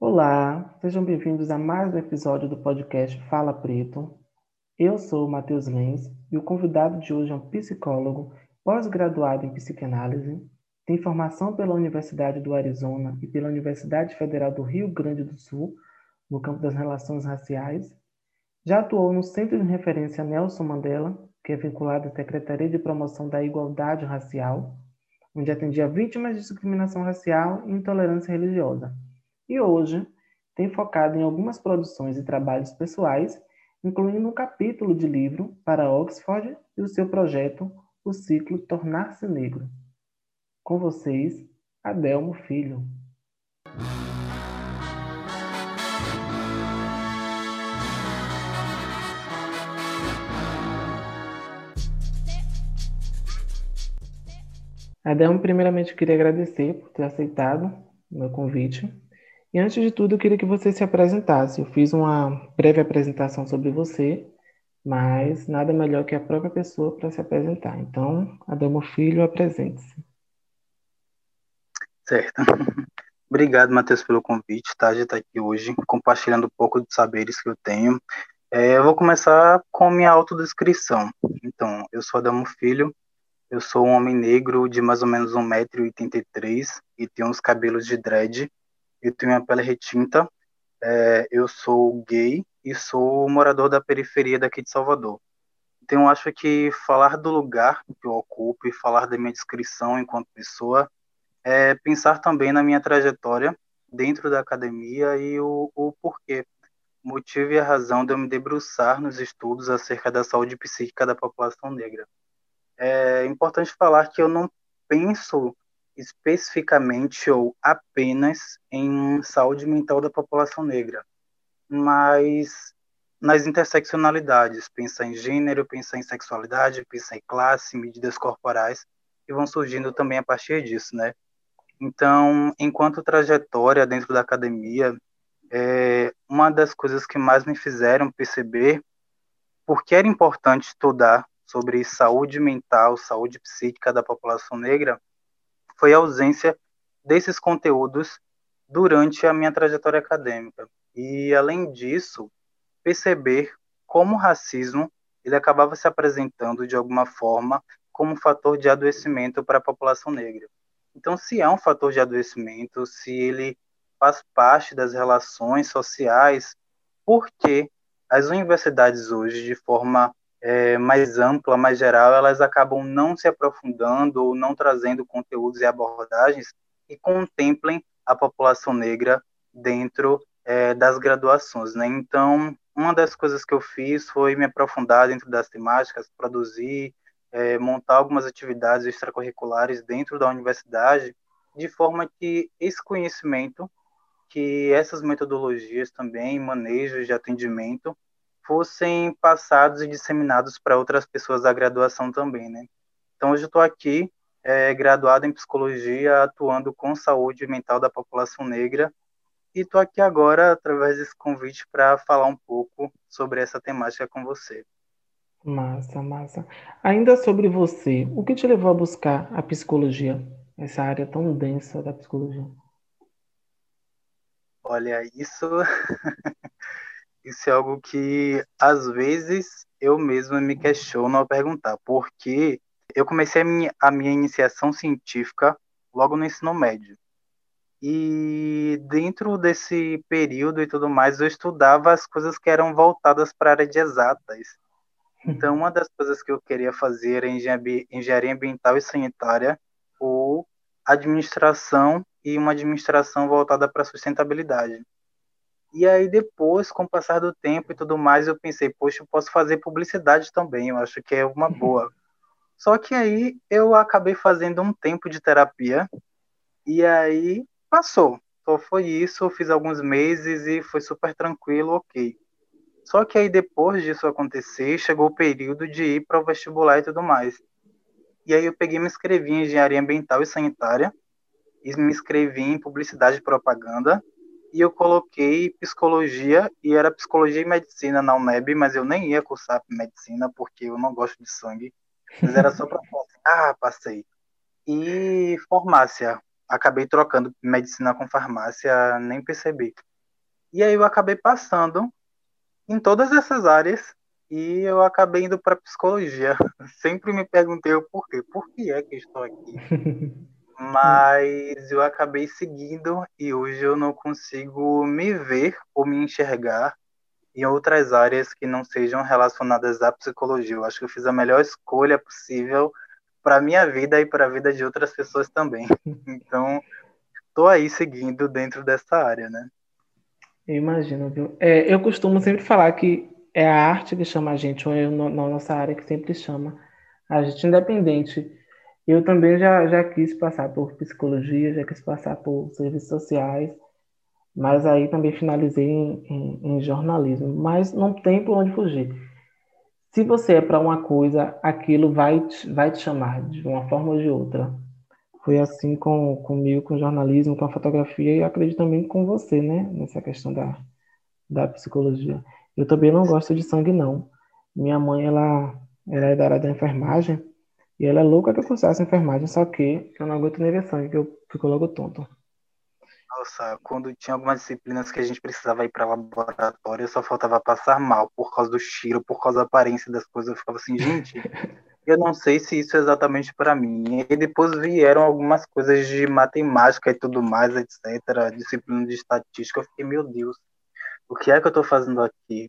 Olá, sejam bem-vindos a mais um episódio do podcast Fala Preto. Eu sou o Matheus Lenz e o convidado de hoje é um psicólogo pós-graduado em psicanálise, tem formação pela Universidade do Arizona e pela Universidade Federal do Rio Grande do Sul, no campo das relações raciais. Já atuou no Centro de Referência Nelson Mandela, que é vinculado à Secretaria de Promoção da Igualdade Racial, onde atendia vítimas de discriminação racial e intolerância religiosa. E hoje tem focado em algumas produções e trabalhos pessoais, incluindo um capítulo de livro para Oxford e o seu projeto, o ciclo Tornar-se Negro. Com vocês, Adelmo Filho. Adelmo, primeiramente queria agradecer por ter aceitado o meu convite. E antes de tudo, eu queria que você se apresentasse. Eu fiz uma breve apresentação sobre você, mas nada melhor que a própria pessoa para se apresentar. Então, Adelmo Filho, apresente-se. Certo. Obrigado, Matheus, pelo convite, tá? De estar aqui hoje, compartilhando um pouco dos saberes que eu tenho. Eu vou começar com minha autodescrição. Então, eu sou Adamo Filho, eu sou um homem negro de mais ou menos 1,83 m e tenho uns cabelos de dread, eu tenho a pele retinta, eu sou gay e sou morador da periferia daqui de Salvador. Então, eu acho que falar do lugar que eu ocupo e falar da minha descrição enquanto pessoa pensar também na minha trajetória dentro da academia e o porquê, o motivo e a razão de eu me debruçar nos estudos acerca da saúde psíquica da população negra. É importante falar que eu não penso especificamente ou apenas em saúde mental da população negra, mas nas interseccionalidades, pensar em gênero, pensar em sexualidade, pensar em classe, medidas corporais, que vão surgindo também a partir disso, né? Então, enquanto trajetória dentro da academia, uma das coisas que mais me fizeram perceber porque era importante estudar sobre saúde mental, saúde psíquica da população negra, foi a ausência desses conteúdos durante a minha trajetória acadêmica. E, além disso, perceber como o racismo ele acabava se apresentando de alguma forma como um fator de adoecimento para a população negra. Então, se é um fator de adoecimento, se ele faz parte das relações sociais, por que as universidades hoje, de forma mais ampla, mais geral, elas acabam não se aprofundando ou não trazendo conteúdos e abordagens que contemplem a população negra dentro das graduações, né? Então, uma das coisas que eu fiz foi me aprofundar dentro das temáticas, produzir, montar algumas atividades extracurriculares dentro da universidade, de forma que esse conhecimento, que essas metodologias também, manejos de atendimento, fossem passados e disseminados para outras pessoas da graduação também, né? Então, hoje eu estou aqui, graduado em psicologia, atuando com saúde mental da população negra, e estou aqui agora, através desse convite, para falar um pouco sobre essa temática com você. Massa, massa. Ainda sobre você, o que te levou a buscar a psicologia, essa área tão densa da psicologia? Olha, isso é algo que, às vezes, eu mesmo me questiono ao perguntar, porque eu comecei a minha iniciação científica logo no ensino médio. E dentro desse período e tudo mais, eu estudava as coisas que eram voltadas para a área de exatas. Então, uma das coisas que eu queria fazer era engenharia ambiental e sanitária ou administração e uma administração voltada para a sustentabilidade. E aí depois, com o passar do tempo e tudo mais, eu pensei, poxa, eu posso fazer publicidade também, eu acho que é uma boa. Só que aí eu acabei fazendo um tempo de terapia e aí passou. Só foi isso, eu fiz alguns meses e foi super tranquilo, ok. Só que aí depois disso acontecer, chegou o período de ir para o vestibular e tudo mais. E aí eu peguei e me inscrevi em engenharia ambiental e sanitária, e me inscrevi em publicidade e propaganda, e eu coloquei psicologia, e era psicologia e medicina na UNEB, mas eu nem ia cursar medicina, porque eu não gosto de sangue, mas era só para passei. E farmácia, acabei trocando medicina com farmácia, nem percebi. E aí eu acabei passando em todas essas áreas e eu acabei indo para psicologia. Sempre me perguntei o porquê. Por que é que estou aqui? Mas eu acabei seguindo e hoje eu não consigo me ver ou me enxergar em outras áreas que não sejam relacionadas à psicologia. Eu acho que eu fiz a melhor escolha possível para a minha vida e para a vida de outras pessoas também. Então, estou aí seguindo dentro dessa área, né? Eu imagino, viu? Eu costumo sempre falar que é a arte que chama a gente, ou na nossa área que sempre chama a gente, independente. Eu também já quis passar por psicologia, já quis passar por serviços sociais, mas aí também finalizei em jornalismo. Mas não tem por onde fugir. Se você é para uma coisa, aquilo vai te chamar de uma forma ou de outra. Foi assim comigo, com jornalismo, com a fotografia, e acredito também com você, né? Nessa questão da psicologia. Eu também não gosto de sangue, não. Minha mãe, ela é da área da enfermagem, e ela é louca que eu cursasse enfermagem, só que eu não aguento nem ver sangue, que eu fico logo tonto. Nossa, quando tinha algumas disciplinas que a gente precisava ir para laboratório, só faltava passar mal por causa do cheiro, por causa da aparência das coisas. Eu ficava assim, gente, eu não sei se isso é exatamente para mim. E depois vieram algumas coisas de matemática e tudo mais, etc., disciplina de estatística. Eu fiquei, meu Deus, o que é que eu estou fazendo aqui?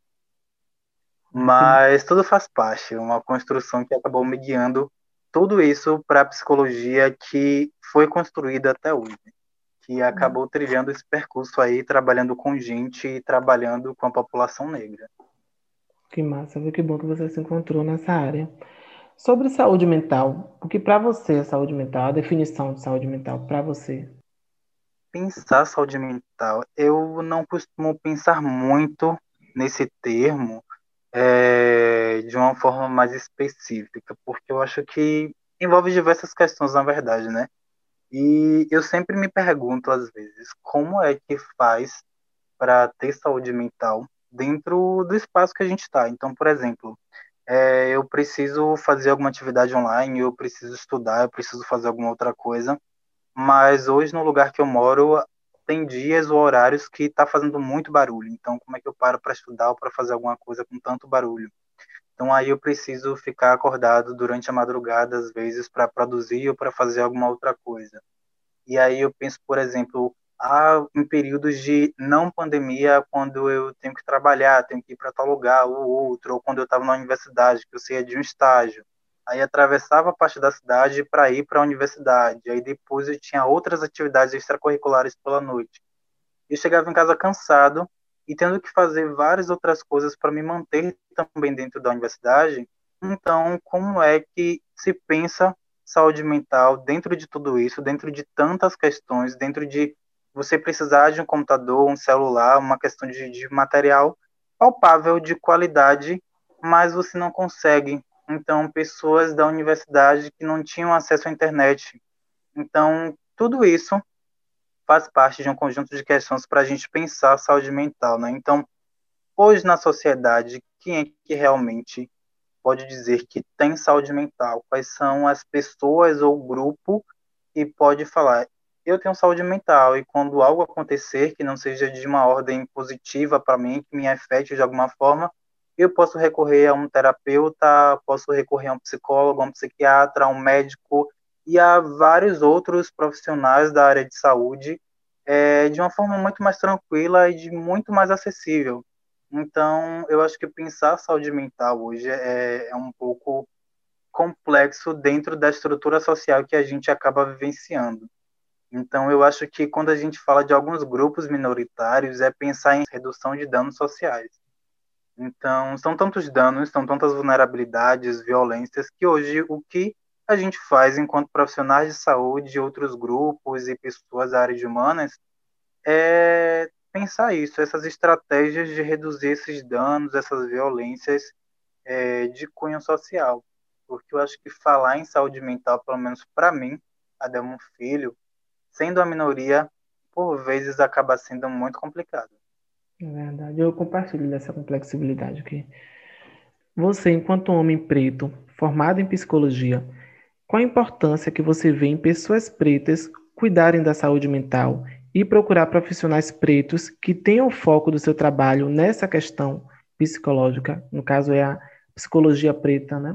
Que, Mas tudo faz parte, uma construção que acabou me guiando tudo isso para a psicologia que foi construída até hoje, que acabou trilhando esse percurso aí, trabalhando com gente e trabalhando com a população negra. que massa, viu? Que bom que você se encontrou nessa área. Sobre saúde mental, o que para você é saúde mental? A definição de saúde mental para você? Pensar saúde mental, eu não costumo pensar muito nesse termo de uma forma mais específica, porque eu acho que envolve diversas questões, na verdade, né? E eu sempre me pergunto, às vezes, como é que faz para ter saúde mental dentro do espaço que a gente está. Então, por exemplo, eu preciso fazer alguma atividade online, eu preciso estudar, eu preciso fazer alguma outra coisa, mas hoje no lugar que eu moro tem dias ou horários que está fazendo muito barulho. Então, como é que eu paro para estudar ou para fazer alguma coisa com tanto barulho? Então, aí eu preciso ficar acordado durante a madrugada, às vezes, para produzir ou para fazer alguma outra coisa. E aí eu penso, por exemplo, em períodos de não pandemia, quando eu tenho que trabalhar, tenho que ir para tal lugar ou outro, ou quando eu estava na universidade, que eu saía de um estágio. Aí atravessava a parte da cidade para ir para a universidade. Aí depois eu tinha outras atividades extracurriculares pela noite. Eu chegava em casa cansado e tendo que fazer várias outras coisas para me manter também dentro da universidade. Então, como é que se pensa saúde mental dentro de tudo isso, dentro de tantas questões, dentro de você precisar de um computador, um celular, uma questão de material palpável, de qualidade, mas você não consegue. Então, pessoas da universidade que não tinham acesso à internet. Então, tudo isso faz parte de um conjunto de questões para a gente pensar a saúde mental, né? Então, hoje na sociedade, quem é que realmente pode dizer que tem saúde mental? Quais são as pessoas ou grupo que pode falar, eu tenho saúde mental e quando algo acontecer que não seja de uma ordem positiva para mim, que me afete de alguma forma, eu posso recorrer a um terapeuta, posso recorrer a um psicólogo, a um psiquiatra, a um médico e a vários outros profissionais da área de saúde de uma forma muito mais tranquila e de muito mais acessível. Então, eu acho que pensar saúde mental hoje é um pouco complexo dentro da estrutura social que a gente acaba vivenciando. Então, eu acho que quando a gente fala de alguns grupos minoritários, é pensar em redução de danos sociais. Então, são tantos danos, são tantas vulnerabilidades, violências, que hoje o que a gente faz enquanto profissionais de saúde, outros grupos e pessoas da área de humanas, é pensar isso, essas estratégias de reduzir esses danos, essas violências de cunho social. Porque eu acho que falar em saúde mental, pelo menos para mim, Adelmo Filho, sendo a minoria, por vezes acaba sendo muito complicado. É verdade, eu compartilho dessa complexibilidade aqui. Você, enquanto homem preto, formado em psicologia, qual a importância que você vê em pessoas pretas cuidarem da saúde mental e procurar profissionais pretos que tenham foco do seu trabalho nessa questão psicológica, no caso é a psicologia preta, né?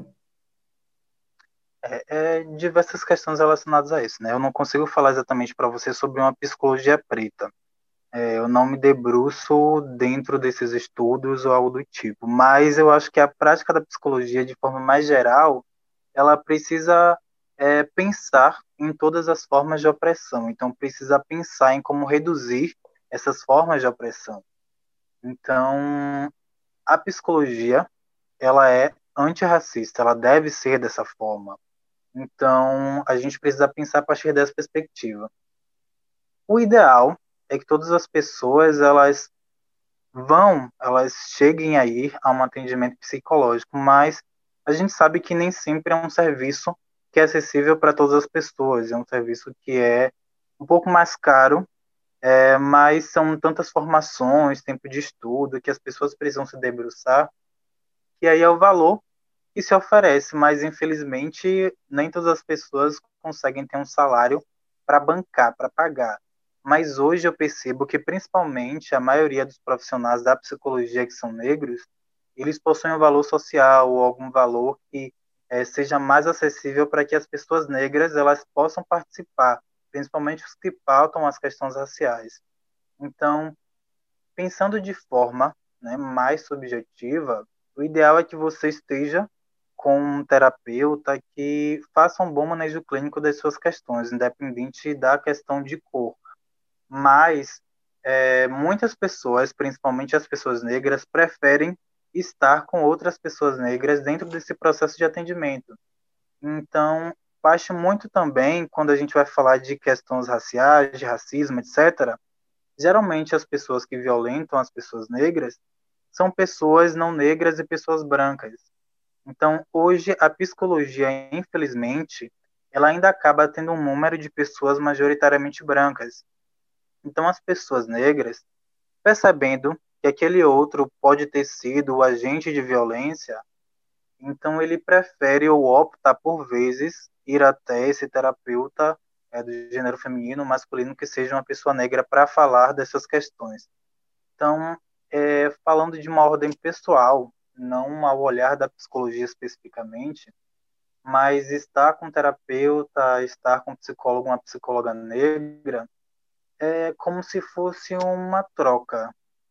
Diversas questões relacionadas a isso, né? Eu não consigo falar exatamente para você sobre uma psicologia preta. Eu não me debruço dentro desses estudos ou algo do tipo, mas eu acho que a prática da psicologia, de forma mais geral, ela precisa pensar em todas as formas de opressão. Então, precisa pensar em como reduzir essas formas de opressão. Então, a psicologia, ela é antirracista, ela deve ser dessa forma. Então, a gente precisa pensar a partir dessa perspectiva. O ideal é que todas as pessoas elas cheguem aí a um atendimento psicológico, mas a gente sabe que nem sempre é um serviço que é acessível para todas as pessoas, é um serviço que é um pouco mais caro, mas são tantas formações, tempo de estudo, que as pessoas precisam se debruçar, que aí é o valor que se oferece, mas infelizmente nem todas as pessoas conseguem ter um salário para bancar, para pagar. Mas hoje eu percebo que principalmente a maioria dos profissionais da psicologia que são negros, eles possuem um valor social ou algum valor que seja mais acessível para que as pessoas negras elas possam participar, principalmente os que pautam as questões raciais. Então, pensando de forma, né, mais subjetiva, o ideal é que você esteja com um terapeuta que faça um bom manejo clínico das suas questões, independente da questão de cor. Mas muitas pessoas, principalmente as pessoas negras, preferem estar com outras pessoas negras dentro desse processo de atendimento. Então, parte muito também, quando a gente vai falar de questões raciais, de racismo, etc., geralmente as pessoas que violentam as pessoas negras são pessoas não negras e pessoas brancas. Então, hoje, a psicologia, infelizmente, ela ainda acaba tendo um número de pessoas majoritariamente brancas. Então, as pessoas negras, percebendo que aquele outro pode ter sido o agente de violência, então ele prefere ou opta, por vezes, ir até esse terapeuta do gênero feminino, masculino, que seja uma pessoa negra para falar dessas questões. Então, falando de uma ordem pessoal, não ao olhar da psicologia especificamente, mas estar com um terapeuta, estar com um psicólogo, uma psicóloga negra, é como se fosse uma troca.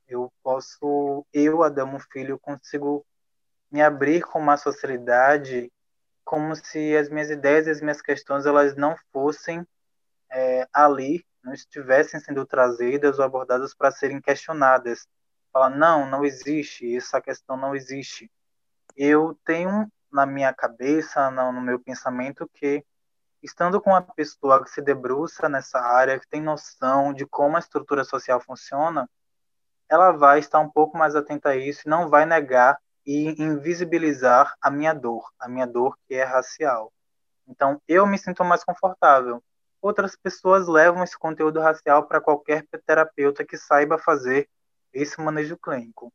Adamo Filho, consigo me abrir com uma sociedade como se as minhas ideias e as minhas questões elas não fossem ali, não estivessem sendo trazidas ou abordadas para serem questionadas. Falar, não, não existe, essa questão não existe. Eu tenho na minha cabeça, no meu pensamento, que estando com uma pessoa que se debruça nessa área, que tem noção de como a estrutura social funciona, ela vai estar um pouco mais atenta a isso e não vai negar e invisibilizar a minha dor que é racial. Então, eu me sinto mais confortável. Outras pessoas levam esse conteúdo racial para qualquer terapeuta que saiba fazer esse manejo clínico.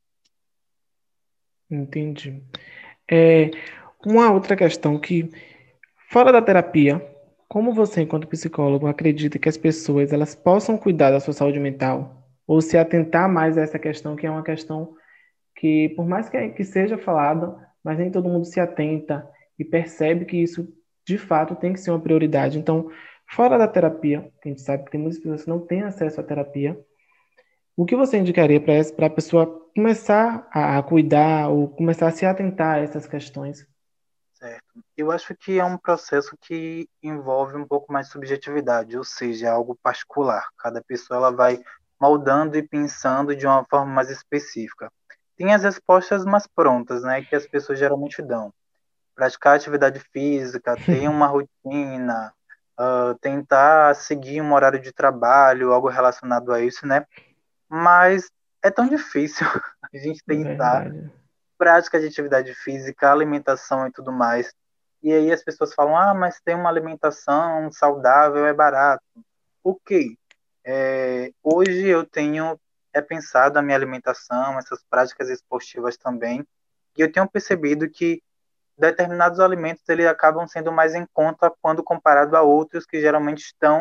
Entendi. É, uma outra questão que, fora da terapia, como você, enquanto psicólogo, acredita que as pessoas elas possam cuidar da sua saúde mental ou se atentar mais a essa questão, que é uma questão que, por mais que seja falada, mas nem todo mundo se atenta e percebe que isso, de fato, tem que ser uma prioridade. Então, fora da terapia, que a gente sabe que tem muitas pessoas que não têm acesso à terapia, o que você indicaria para a pessoa começar a cuidar ou começar a se atentar a essas questões? Certo. Eu acho que é um processo que envolve um pouco mais de subjetividade, ou seja, é algo particular. Cada pessoa ela vai moldando e pensando de uma forma mais específica. Tem as respostas mais prontas, né, que as pessoas geralmente dão. Praticar atividade física, ter uma rotina, tentar seguir um horário de trabalho, algo relacionado a isso, né? Mas é tão difícil a gente tentar Verdade. prática de atividade física, alimentação e tudo mais. E aí as pessoas falam, mas tem uma alimentação saudável, é barato. Ok. Hoje eu tenho pensado a minha alimentação, essas práticas esportivas também, e eu tenho percebido que determinados alimentos eles acabam sendo mais em conta quando comparado a outros que geralmente estão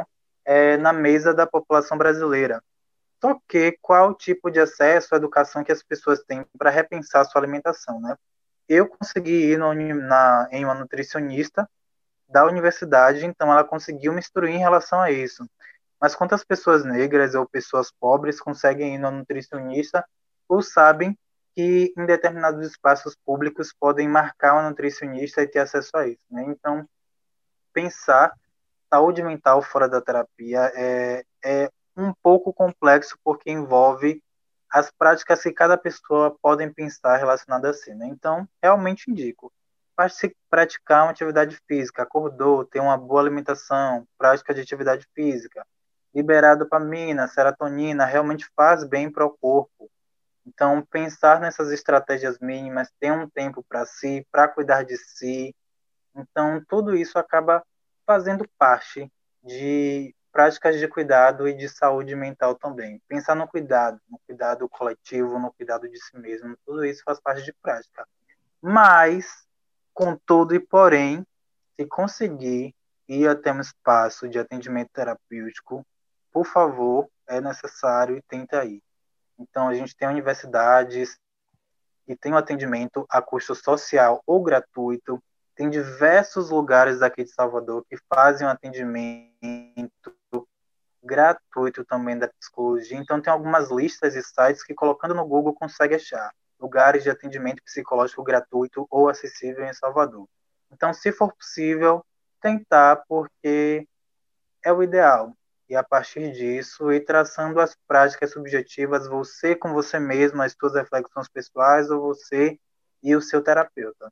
na mesa da população brasileira. Só que qual o tipo de acesso à educação que as pessoas têm para repensar a sua alimentação, né? Eu consegui ir em uma nutricionista da universidade, então ela conseguiu me instruir em relação a isso. Mas quantas pessoas negras ou pessoas pobres conseguem ir no nutricionista ou sabem que em determinados espaços públicos podem marcar um nutricionista e ter acesso a isso, né? Então, pensar saúde mental fora da terapia é um pouco complexo porque envolve as práticas que cada pessoa pode pensar relacionadas a si, né? Então, realmente indico. Praticar uma atividade física, acordou, ter uma boa alimentação, prática de atividade física, liberar dopamina, serotonina, realmente faz bem para o corpo. Então, pensar nessas estratégias mínimas, ter um tempo para si, para cuidar de si, então, tudo isso acaba fazendo parte de práticas de cuidado e de saúde mental também. Pensar no cuidado coletivo, no cuidado de si mesmo, tudo isso faz parte de prática. Mas, contudo e porém, se conseguir ir até um espaço de atendimento terapêutico, por favor, é necessário e tenta ir. Então, a gente tem universidades e tem o atendimento a custo social ou gratuito. Tem diversos lugares aqui de Salvador que fazem um atendimento gratuito também da psicologia. Então, tem algumas listas e sites que, colocando no Google, consegue achar lugares de atendimento psicológico gratuito ou acessível em Salvador. Então, se for possível, tentar, porque é o ideal. E a partir disso, ir traçando as práticas subjetivas, você com você mesmo, as suas reflexões pessoais, ou você e o seu terapeuta.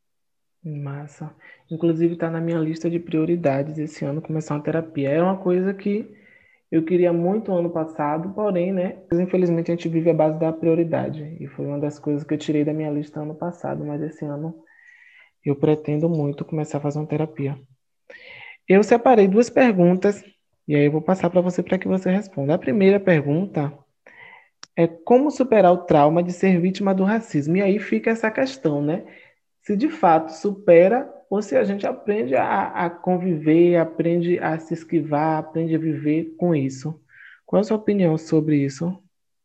Massa. Inclusive está na minha lista de prioridades esse ano começar uma terapia. Era uma coisa que eu queria muito ano passado, porém, né? Infelizmente a gente vive à base da prioridade. E foi uma das coisas que eu tirei da minha lista ano passado, mas esse ano eu pretendo muito começar a fazer uma terapia. Eu separei duas perguntas e aí eu vou passar para você para que você responda. A primeira pergunta é como superar o trauma de ser vítima do racismo? E aí fica essa questão, né? Se de fato supera ou se a gente aprende a conviver, aprende a se esquivar, aprende a viver com isso. Qual é a sua opinião sobre isso?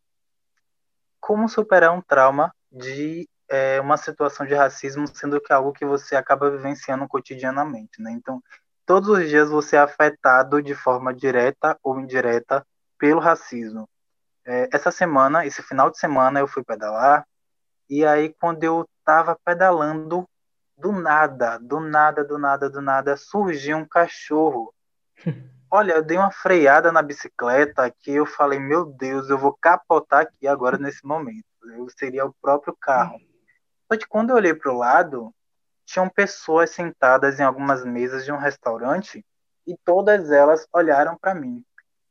Como superar um trauma de uma situação de racismo, sendo que é algo que você acaba vivenciando cotidianamente, né? Então, todos os dias você é afetado de forma direta ou indireta pelo racismo. Essa semana, esse final de semana, eu fui pedalar. E aí, quando eu tava pedalando, do nada, surgiu um cachorro. Olha, eu dei uma freada na bicicleta que eu falei, meu Deus, eu vou capotar aqui agora nesse momento. Eu seria o próprio carro. Só que quando eu olhei para o lado, tinham pessoas sentadas em algumas mesas de um restaurante e todas elas olharam para mim.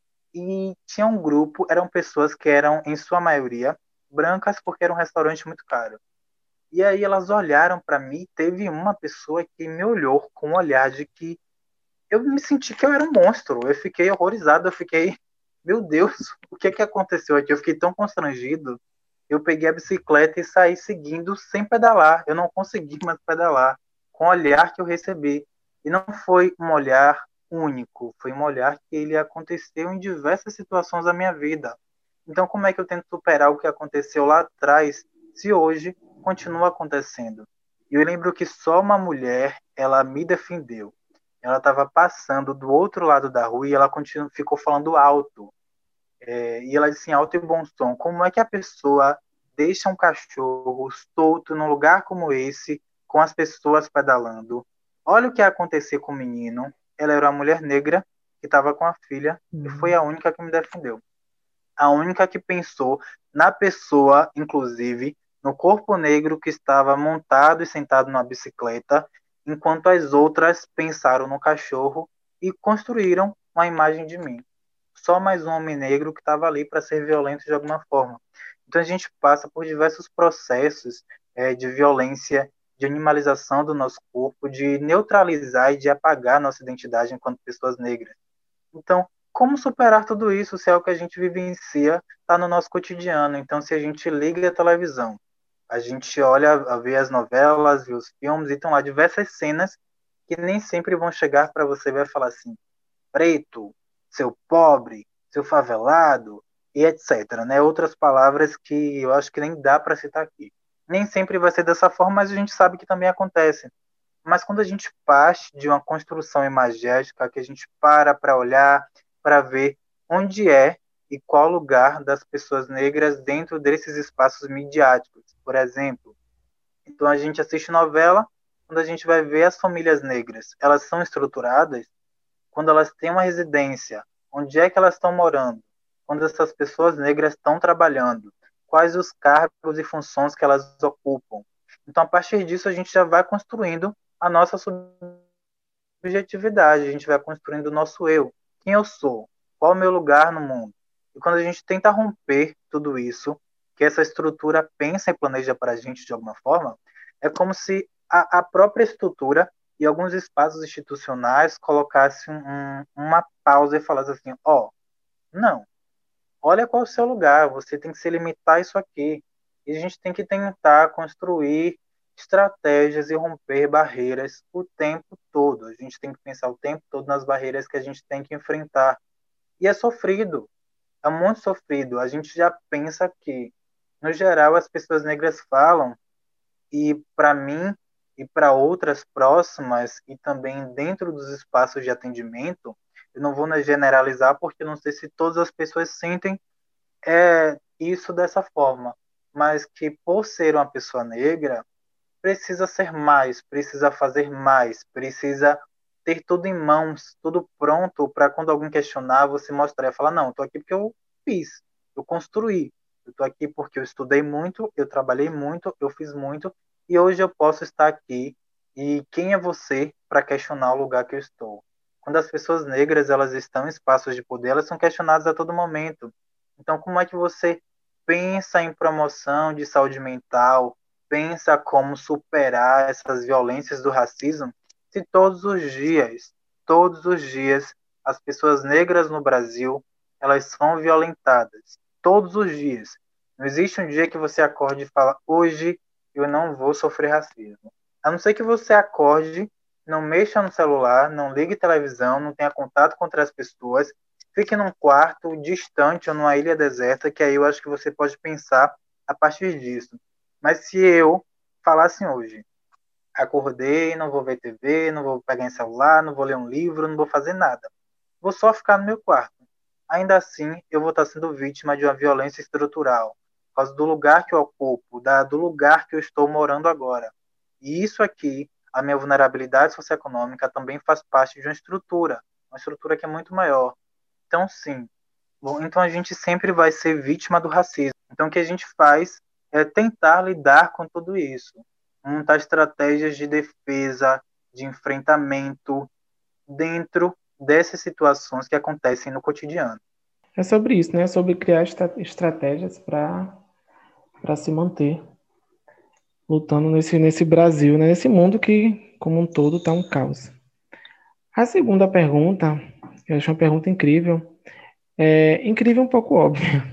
E tinha um grupo, eram pessoas que eram, em sua maioria, brancas, porque era um restaurante muito caro. E aí elas olharam para mim, teve uma pessoa que me olhou com um olhar de que eu me senti que eu era um monstro. Eu fiquei horrorizado, eu fiquei, meu Deus, o que é que aconteceu aqui? Eu fiquei tão constrangido. Eu peguei a bicicleta e saí seguindo sem pedalar. Eu não consegui mais pedalar com o olhar que eu recebi. E não foi um olhar único, foi um olhar que ele aconteceu em diversas situações da minha vida. Então, como é que eu tento superar o que aconteceu lá atrás, se hoje continua acontecendo? E eu lembro que só uma mulher, ela me defendeu. Ela estava passando do outro lado da rua e ela ficou falando alto. E ela disse em alto e bom som, como é que a pessoa deixa um cachorro solto num lugar como esse, com as pessoas pedalando? Olha o que ia acontecer com o menino. Ela era uma mulher negra que estava com a filha e foi a única que me defendeu. A única que pensou na pessoa, inclusive, no corpo negro que estava montado e sentado na bicicleta, enquanto as outras pensaram no cachorro e construíram uma imagem de mim. Só mais um homem negro que estava ali para ser violento de alguma forma. Então a gente passa por diversos processos de violência, de animalização do nosso corpo, de neutralizar e de apagar nossa identidade enquanto pessoas negras. Então, como superar tudo isso se é o que a gente vivencia, está no nosso cotidiano? Então, se a gente liga a televisão, a gente olha, vê as novelas, vê os filmes, e estão lá diversas cenas que nem sempre vão chegar para você e vai falar assim, preto, seu pobre, seu favelado e etc. Né? Outras palavras que eu acho que nem dá para citar aqui. Nem sempre vai ser dessa forma, mas a gente sabe que também acontece. Mas quando a gente parte de uma construção imagética, que a gente para olhar, para ver onde é e qual lugar das pessoas negras dentro desses espaços midiáticos, por exemplo. Então a gente assiste novela, quando a gente vai ver as famílias negras, elas são estruturadas quando elas têm uma residência, onde é que elas estão morando, quando essas pessoas negras estão trabalhando, quais os cargos e funções que elas ocupam. Então, a partir disso, a gente já vai construindo a nossa subjetividade, a gente vai construindo o nosso eu. Quem eu sou? Qual é o meu lugar no mundo? E quando a gente tenta romper tudo isso, que essa estrutura pensa e planeja para a gente de alguma forma, é como se a própria estrutura e alguns espaços institucionais colocassem uma pausa e falassem assim, ó, não, olha qual é o seu lugar, você tem que se limitar a isso aqui. E a gente tem que tentar construir estratégias e romper barreiras o tempo todo. A gente tem que pensar o tempo todo nas barreiras que a gente tem que enfrentar. E é sofrido, é muito sofrido. A gente já pensa que, no geral, as pessoas negras falam, e para mim e para outras próximas, e também dentro dos espaços de atendimento, eu não vou generalizar porque eu não sei se todas as pessoas sentem isso dessa forma, mas que por ser uma pessoa negra, precisa ser mais, precisa fazer mais, precisa ter tudo em mãos, tudo pronto para quando alguém questionar, você mostrar e falar, não, estou aqui porque eu fiz, eu construí, eu estou aqui porque eu estudei muito, eu trabalhei muito, eu fiz muito, e hoje eu posso estar aqui, e quem é você para questionar o lugar que eu estou? Quando as pessoas negras elas estão em espaços de poder, elas são questionadas a todo momento. Então, como é que você pensa em promoção de saúde mental, pensa como superar essas violências do racismo se todos os dias, as pessoas negras no Brasil, elas são violentadas. Todos os dias. Não existe um dia que você acorde e fala, hoje eu não vou sofrer racismo. A não ser que você acorde, não mexa no celular, não ligue televisão, não tenha contato com outras pessoas, fique num quarto distante ou numa ilha deserta, que aí eu acho que você pode pensar a partir disso. Mas se eu falasse hoje, acordei, não vou ver TV, não vou pegar em celular, não vou ler um livro, não vou fazer nada. Vou só ficar no meu quarto. Ainda assim, eu vou estar sendo vítima de uma violência estrutural, por causa do lugar que eu ocupo, do lugar que eu estou morando agora. E isso aqui, a minha vulnerabilidade socioeconômica também faz parte de uma estrutura que é muito maior. Então, sim. Bom, então a gente sempre vai ser vítima do racismo. Então, o que a gente faz é tentar lidar com tudo isso, montar estratégias de defesa, de enfrentamento dentro dessas situações que acontecem no cotidiano. É sobre isso, né? É sobre criar estratégias para se manter lutando nesse Brasil, né? Nesse mundo que, como um todo, está um caos. A segunda pergunta, eu acho uma pergunta incrível. É incrível, um pouco óbvia.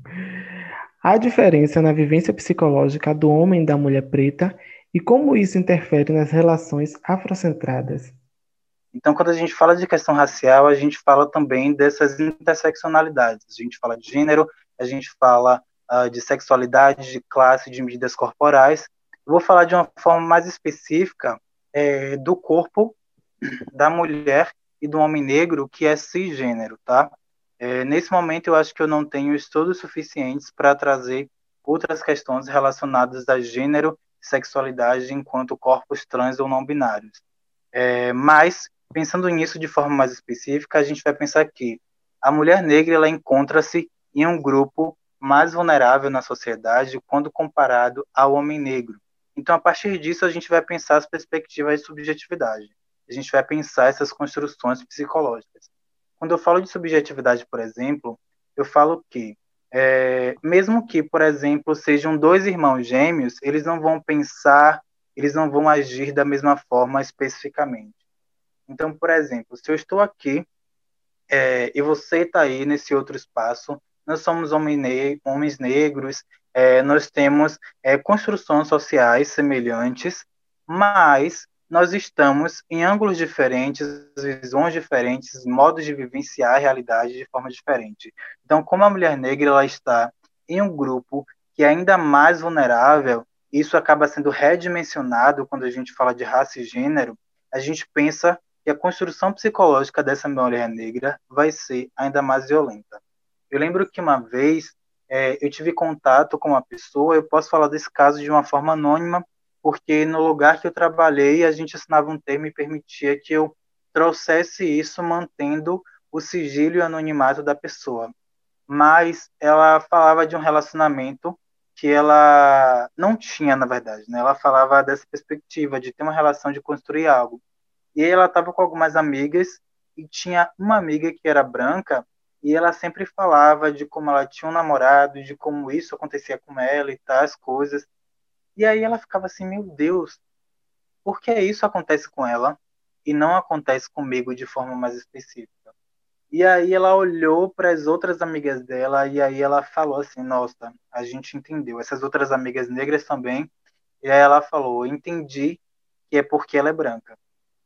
A diferença na vivência psicológica do homem e da mulher preta e como isso interfere nas relações afrocentradas. Então, quando a gente fala de questão racial, a gente fala também dessas interseccionalidades. A gente fala de gênero, a gente fala de sexualidade, de classe, de medidas corporais. Eu vou falar de uma forma mais específica do corpo da mulher e do homem negro que é cisgênero, tá? Nesse momento, eu acho que eu não tenho estudos suficientes para trazer outras questões relacionadas a gênero e sexualidade enquanto corpos trans ou não binários. Mas, pensando nisso de forma mais específica, a gente vai pensar que a mulher negra ela encontra-se em um grupo mais vulnerável na sociedade quando comparado ao homem negro. Então, a partir disso, a gente vai pensar as perspectivas de subjetividade. A gente vai pensar essas construções psicológicas. Quando eu falo de subjetividade, por exemplo, eu falo que, mesmo que, por exemplo, sejam dois irmãos gêmeos, eles não vão pensar, eles não vão agir da mesma forma especificamente. Então, por exemplo, se eu estou aqui e você está aí nesse outro espaço, nós somos homens negros, nós temos construções sociais semelhantes, mas nós estamos em ângulos diferentes, visões diferentes, modos de vivenciar a realidade de forma diferente. Então, como a mulher negra ela está em um grupo que é ainda mais vulnerável, isso acaba sendo redimensionado quando a gente fala de raça e gênero, a gente pensa que a construção psicológica dessa mulher negra vai ser ainda mais violenta. Eu lembro que uma vez eu tive contato com uma pessoa, eu posso falar desse caso de uma forma anônima, porque no lugar que eu trabalhei, a gente assinava um termo e permitia que eu trouxesse isso mantendo o sigilo e o anonimato da pessoa. Mas ela falava de um relacionamento que ela não tinha, na verdade, né? Ela falava dessa perspectiva de ter uma relação, de construir algo. E aí ela estava com algumas amigas e tinha uma amiga que era branca e ela sempre falava de como ela tinha um namorado, de como isso acontecia com ela e tais coisas. E aí ela ficava assim, meu Deus, por que isso acontece com ela e não acontece comigo de forma mais específica? E aí ela olhou para as outras amigas dela e aí ela falou assim, nossa, a gente entendeu. Essas outras amigas negras também. E aí ela falou, entendi que é porque ela é branca.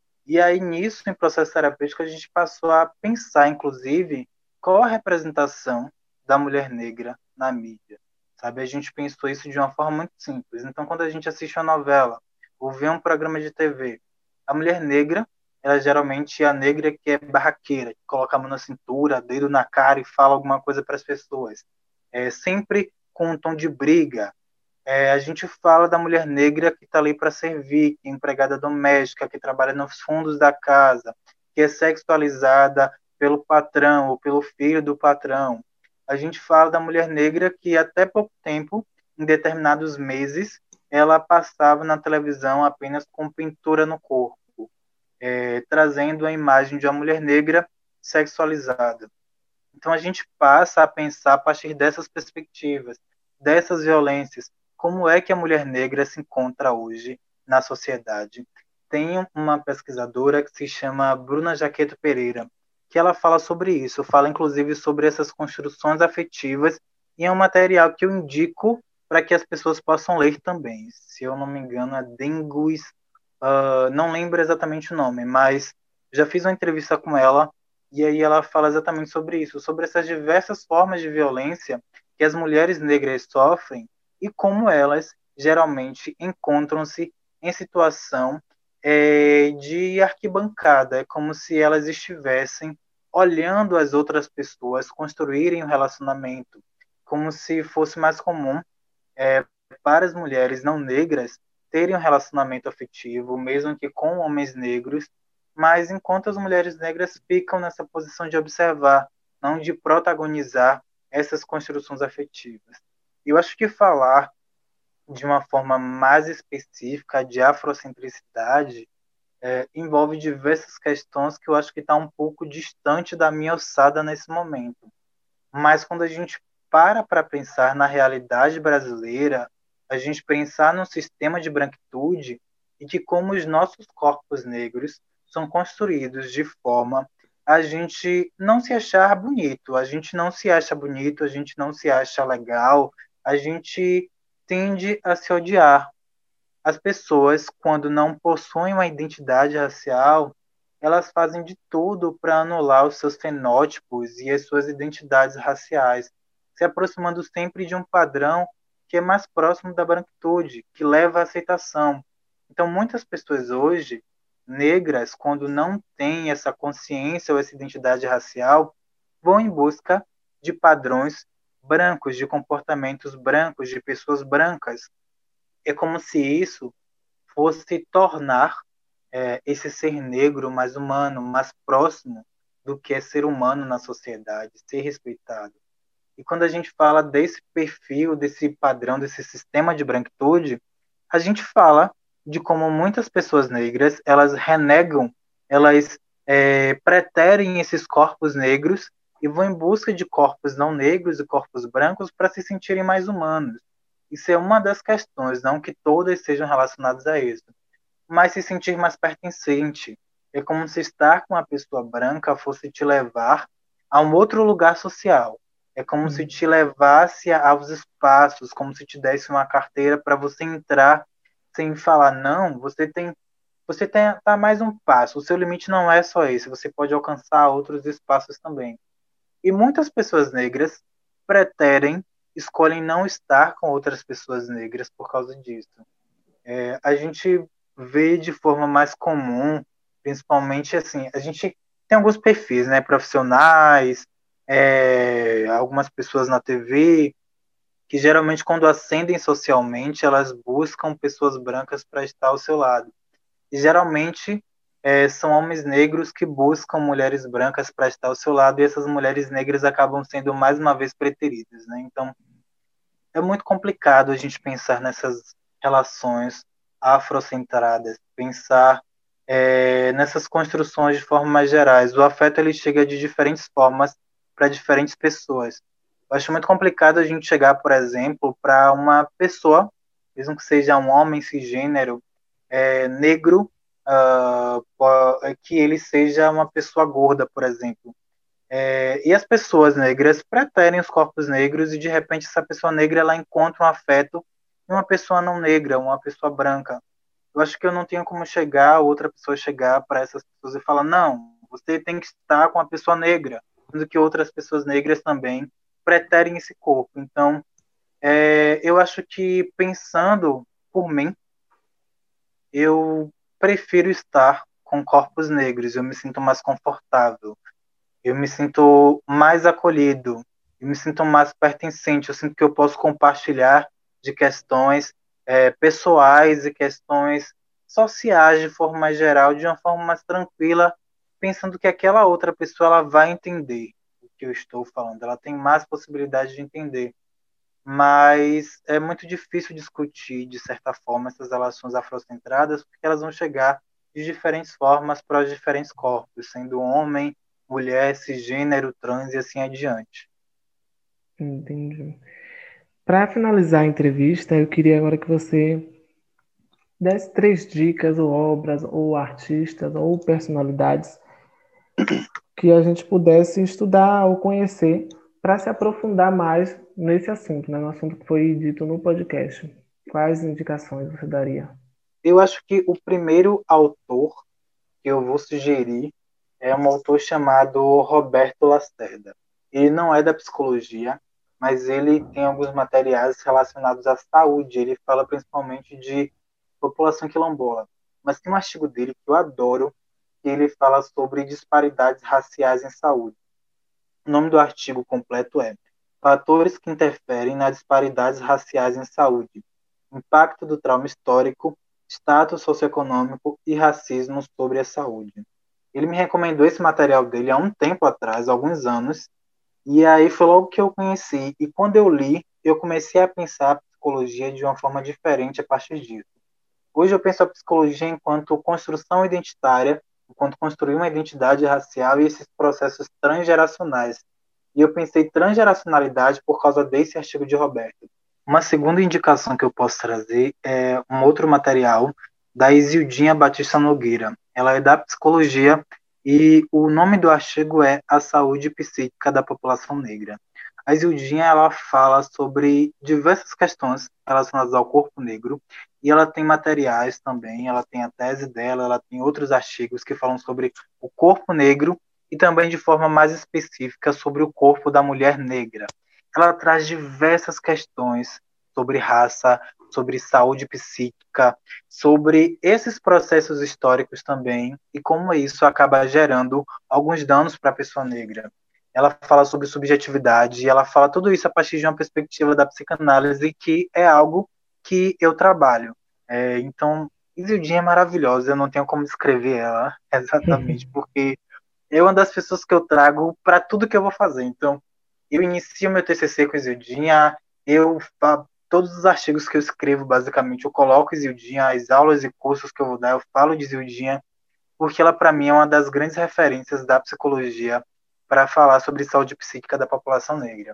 E aí, nisso, em processo terapêutico, a gente passou a pensar, inclusive, qual a representação da mulher negra na mídia. Sabe? A gente pensou isso de uma forma muito simples. Então, quando a gente assiste uma novela ou vê um programa de TV, a mulher negra, ela geralmente é a negra que é barraqueira, que coloca a mão na cintura, dedo na cara e fala alguma coisa para as pessoas. É sempre com um tom de briga, a gente fala da mulher negra que está ali para servir, que é empregada doméstica, que trabalha nos fundos da casa, que é sexualizada pelo patrão ou pelo filho do patrão. A gente fala da mulher negra que até pouco tempo, em determinados meses, ela passava na televisão apenas com pintura no corpo, trazendo a imagem de uma mulher negra sexualizada. Então a gente passa a pensar a partir dessas perspectivas, dessas violências, como é que a mulher negra se encontra hoje na sociedade. Tem uma pesquisadora que se chama Bruna Jaqueto Pereira, que ela fala sobre isso, fala inclusive sobre essas construções afetivas, e é um material que eu indico para que as pessoas possam ler também. Se eu não me engano, é Dengues, não lembro exatamente o nome, mas já fiz uma entrevista com ela e aí ela fala exatamente sobre isso, sobre essas diversas formas de violência que as mulheres negras sofrem e como elas geralmente encontram-se em situação de arquibancada. É como se elas estivessem olhando as outras pessoas construírem um relacionamento, como se fosse mais comum para as mulheres não negras terem um relacionamento afetivo, mesmo que com homens negros, mas enquanto as mulheres negras ficam nessa posição de observar, não de protagonizar essas construções afetivas. E eu acho que falar de uma forma mais específica de afrocentricidade envolve diversas questões que eu acho que está um pouco distante da minha alçada nesse momento. Mas quando a gente para pensar na realidade brasileira, a gente pensar num sistema de branquitude e de como os nossos corpos negros são construídos de forma a gente não se achar bonito, a gente não se acha bonito, a gente não se acha legal, a gente tende a se odiar. As pessoas, quando não possuem uma identidade racial, elas fazem de tudo para anular os seus fenótipos e as suas identidades raciais, se aproximando sempre de um padrão que é mais próximo da branquitude, que leva à aceitação. Então, muitas pessoas hoje, negras, quando não têm essa consciência ou essa identidade racial, vão em busca de padrões brancos, de comportamentos brancos, de pessoas brancas. É como se isso fosse tornar esse ser negro mais humano, mais próximo do que é ser humano na sociedade, ser respeitado. E quando a gente fala desse perfil, desse padrão, desse sistema de branquitude, a gente fala de como muitas pessoas negras, elas renegam, elas preterem esses corpos negros e vão em busca de corpos não negros e corpos brancos para se sentirem mais humanos. Isso é uma das questões, não que todas sejam relacionadas a isso, mas se sentir mais pertencente. É como se estar com uma pessoa branca fosse te levar a um outro lugar social. É como se te levasse aos espaços, como se te desse uma carteira para você entrar sem falar, não, você tem você tá mais um passo. O seu limite não é só esse, você pode alcançar outros espaços também. E muitas pessoas negras preterem, escolhem não estar com outras pessoas negras por causa disso. A gente vê de forma mais comum, principalmente assim, a gente tem alguns perfis, né, profissionais, algumas pessoas na TV, que geralmente quando ascendem socialmente, elas buscam pessoas brancas para estar ao seu lado. E geralmente são homens negros que buscam mulheres brancas para estar ao seu lado, e essas mulheres negras acabam sendo mais uma vez preteridas, né? Então, é muito complicado a gente pensar nessas relações afrocentradas, pensar nessas construções de forma mais gerais. O afeto ele chega de diferentes formas para diferentes pessoas. Eu acho muito complicado a gente chegar, por exemplo, para uma pessoa, mesmo que seja um homem cisgênero, negro, que ele seja uma pessoa gorda, por exemplo. E as pessoas negras preterem os corpos negros e de repente essa pessoa negra ela encontra um afeto em uma pessoa não negra, uma pessoa branca. Eu acho que eu não tenho como chegar, outra pessoa chegar para essas pessoas e falar, não, você tem que estar com a pessoa negra, sendo que outras pessoas negras também preterem esse corpo. Então, eu acho que pensando por mim, eu prefiro estar com corpos negros, eu me sinto mais confortável, eu me sinto mais acolhido, eu me sinto mais pertencente, eu sinto que eu posso compartilhar de questões pessoais e questões sociais de forma mais geral, de uma forma mais tranquila, pensando que aquela outra pessoa ela vai entender o que eu estou falando, ela tem mais possibilidade de entender. Mas é muito difícil discutir, de certa forma, essas relações afrocentradas, porque elas vão chegar de diferentes formas para os diferentes corpos, sendo homem, mulher, cisgênero, trans e assim adiante. Entendi. Para finalizar a entrevista, eu queria agora que você desse 3 dicas, ou obras, ou artistas, ou personalidades que a gente pudesse estudar ou conhecer para se aprofundar mais nesse assunto, né? No assunto que foi dito no podcast. Quais indicações você daria? Eu acho que o primeiro autor que eu vou sugerir é um autor chamado Roberto Lacerda. Ele não é da psicologia, mas ele tem alguns materiais relacionados à saúde. Ele fala principalmente de população quilombola. Mas tem um artigo dele que eu adoro, que ele fala sobre disparidades raciais em saúde. O nome do artigo completo é Fatores que interferem nas disparidades raciais em saúde, impacto do trauma histórico, status socioeconômico e racismo sobre a saúde. Ele me recomendou esse material dele há um tempo atrás, alguns anos, e aí foi logo que eu conheci. E quando eu li, eu comecei a pensar a psicologia de uma forma diferente a partir disso. Hoje eu penso a psicologia enquanto construção identitária, enquanto construir uma identidade racial e esses processos transgeracionais. E eu pensei transgeracionalidade por causa desse artigo de Roberto. Uma segunda indicação que eu posso trazer é um outro material da Isildinha Batista Nogueira. Ela é da psicologia e o nome do artigo é A Saúde Psíquica da População Negra. A Isildinha ela fala sobre diversas questões relacionadas ao corpo negro e ela tem materiais também, ela tem a tese dela, ela tem outros artigos que falam sobre o corpo negro e também de forma mais específica sobre o corpo da mulher negra. Ela traz diversas questões sobre raça, sobre saúde psíquica, sobre esses processos históricos também e como isso acaba gerando alguns danos para a pessoa negra. Ela fala sobre subjetividade e ela fala tudo isso a partir de uma perspectiva da psicanálise, que é algo que eu trabalho. Então, Isildinha é maravilhosa, eu não tenho como descrever ela exatamente, porque é uma das pessoas que eu trago para tudo que eu vou fazer. Então, eu inicio meu TCC com Isildinha, todos os artigos que eu escrevo, basicamente, eu coloco Isildinha, as aulas e cursos que eu vou dar, eu falo de Isildinha, porque ela, para mim, é uma das grandes referências da psicologia para falar sobre saúde psíquica da população negra.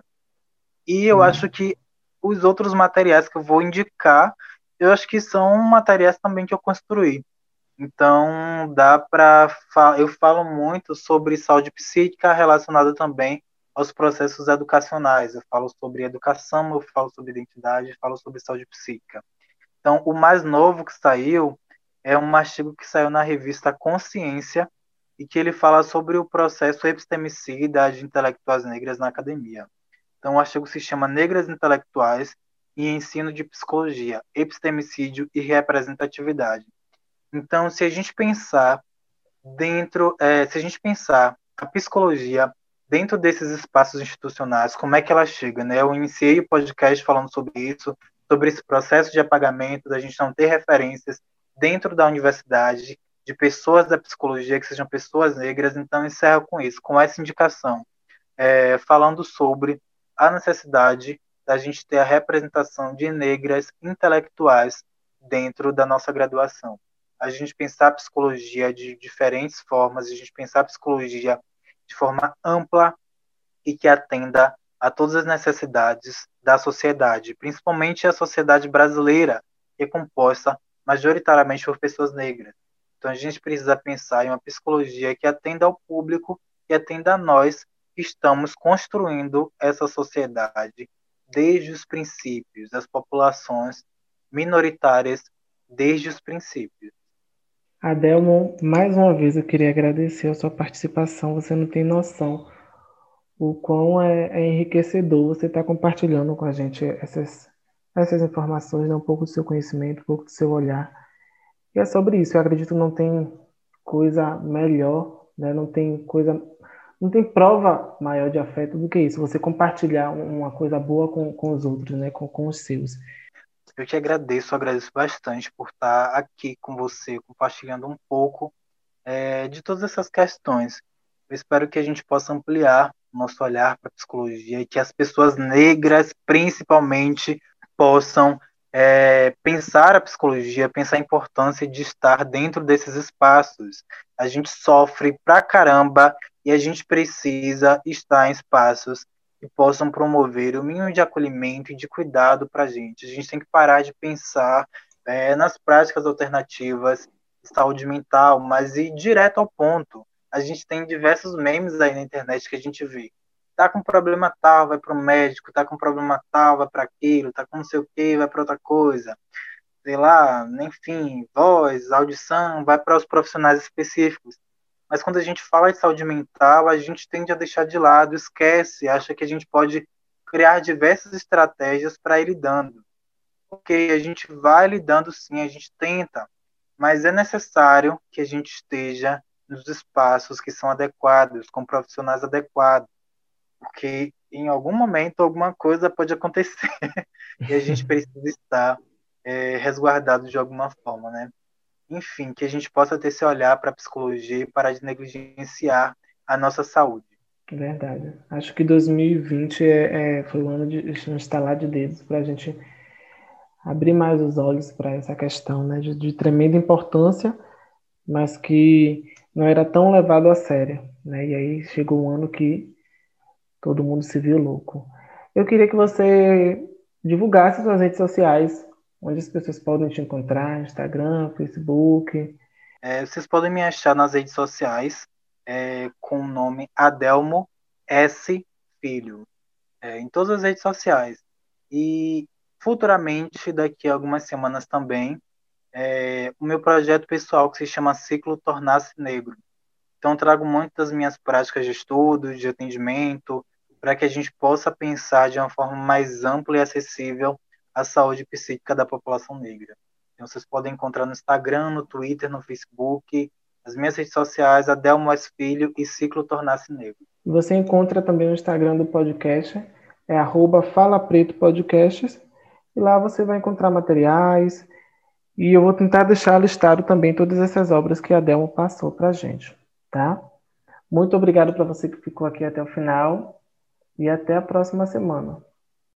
E eu acho que os outros materiais que eu vou indicar, eu acho que são materiais também que eu construí. Então, dá para. Eu falo muito sobre saúde psíquica relacionada também aos processos educacionais. Eu falo sobre educação, eu falo sobre identidade, eu falo sobre saúde psíquica. Então, o mais novo que saiu é um artigo que saiu na revista Consciência e que ele fala sobre o processo epistemicida de intelectuais negras na academia. Então, o artigo se chama Negras Intelectuais e Ensino de Psicologia, Epistemicídio e Representatividade. Então, se a gente pensar a psicologia dentro desses espaços institucionais, como é que ela chega, né? Eu iniciei o podcast falando sobre isso, sobre esse processo de apagamento, da gente não ter referências dentro da universidade de pessoas da psicologia que sejam pessoas negras. Então, encerro com isso, com essa indicação, falando sobre a necessidade da gente ter a representação de negras intelectuais dentro da nossa graduação. A gente pensar a psicologia de diferentes formas, a gente pensar a psicologia de forma ampla e que atenda a todas as necessidades da sociedade, principalmente a sociedade brasileira, que é composta majoritariamente por pessoas negras. Então a gente precisa pensar em uma psicologia que atenda ao público, que atenda a nós que estamos construindo essa sociedade desde os princípios, das populações minoritárias desde os princípios. Adelmo, mais uma vez eu queria agradecer a sua participação. Você não tem noção o quão é enriquecedor você estar compartilhando com a gente essas informações, né? Um pouco do seu conhecimento, um pouco do seu olhar. E é sobre isso. Eu acredito que não tem coisa melhor, né? Não tem prova maior de afeto do que isso. Você compartilhar uma coisa boa com os outros, né? Com os seus. Eu te agradeço bastante por estar aqui com você, compartilhando um pouco de todas essas questões. Eu espero que a gente possa ampliar nosso olhar para a psicologia e que as pessoas negras, principalmente, possam pensar a psicologia, pensar a importância de estar dentro desses espaços. A gente sofre pra caramba e a gente precisa estar em espaços que possam promover o mínimo de acolhimento e de cuidado para a gente. A gente tem que parar de pensar nas práticas alternativas de saúde mental, mas ir direto ao ponto. A gente tem diversos memes aí na internet que a gente vê. Tá com problema tal, vai para o médico, tá com problema tal, vai para aquilo, tá com não sei o que, vai para outra coisa. Sei lá, enfim, voz, audição, vai para os profissionais específicos. Mas quando a gente fala de saúde mental, a gente tende a deixar de lado, esquece, acha que a gente pode criar diversas estratégias para ir lidando. Ok, a gente vai lidando sim, a gente tenta, mas é necessário que a gente esteja nos espaços que são adequados, com profissionais adequados, porque em algum momento alguma coisa pode acontecer e a gente precisa estar resguardado de alguma forma, né? Enfim, que a gente possa ter esse olhar para a psicologia e parar de negligenciar a nossa saúde. Verdade. Acho que 2020 foi um ano de um estalar de dedos para a gente abrir mais os olhos para essa questão, né, de tremenda importância, mas que não era tão levado a sério, né? E aí chegou um ano que todo mundo se viu louco. Eu queria que você divulgasse suas redes sociais, onde as pessoas podem te encontrar, Instagram, Facebook. Vocês podem me achar nas redes sociais com o nome Adelmo S. Filho, em todas as redes sociais. E futuramente, daqui a algumas semanas também, o meu projeto pessoal que se chama Ciclo Tornar-se Negro. Então, trago muito das minhas práticas de estudo, de atendimento, para que a gente possa pensar de uma forma mais ampla e acessível a saúde psíquica da população negra. Então, vocês podem encontrar no Instagram, no Twitter, no Facebook, as minhas redes sociais, Adelmo S. Filho e Ciclo Tornar-se Negro. Você encontra também o Instagram do podcast, é @falapretopodcasts, e lá você vai encontrar materiais, e eu vou tentar deixar listado também todas essas obras que a Delmo passou para a gente, tá? Muito obrigado para você que ficou aqui até o final, e até a próxima semana.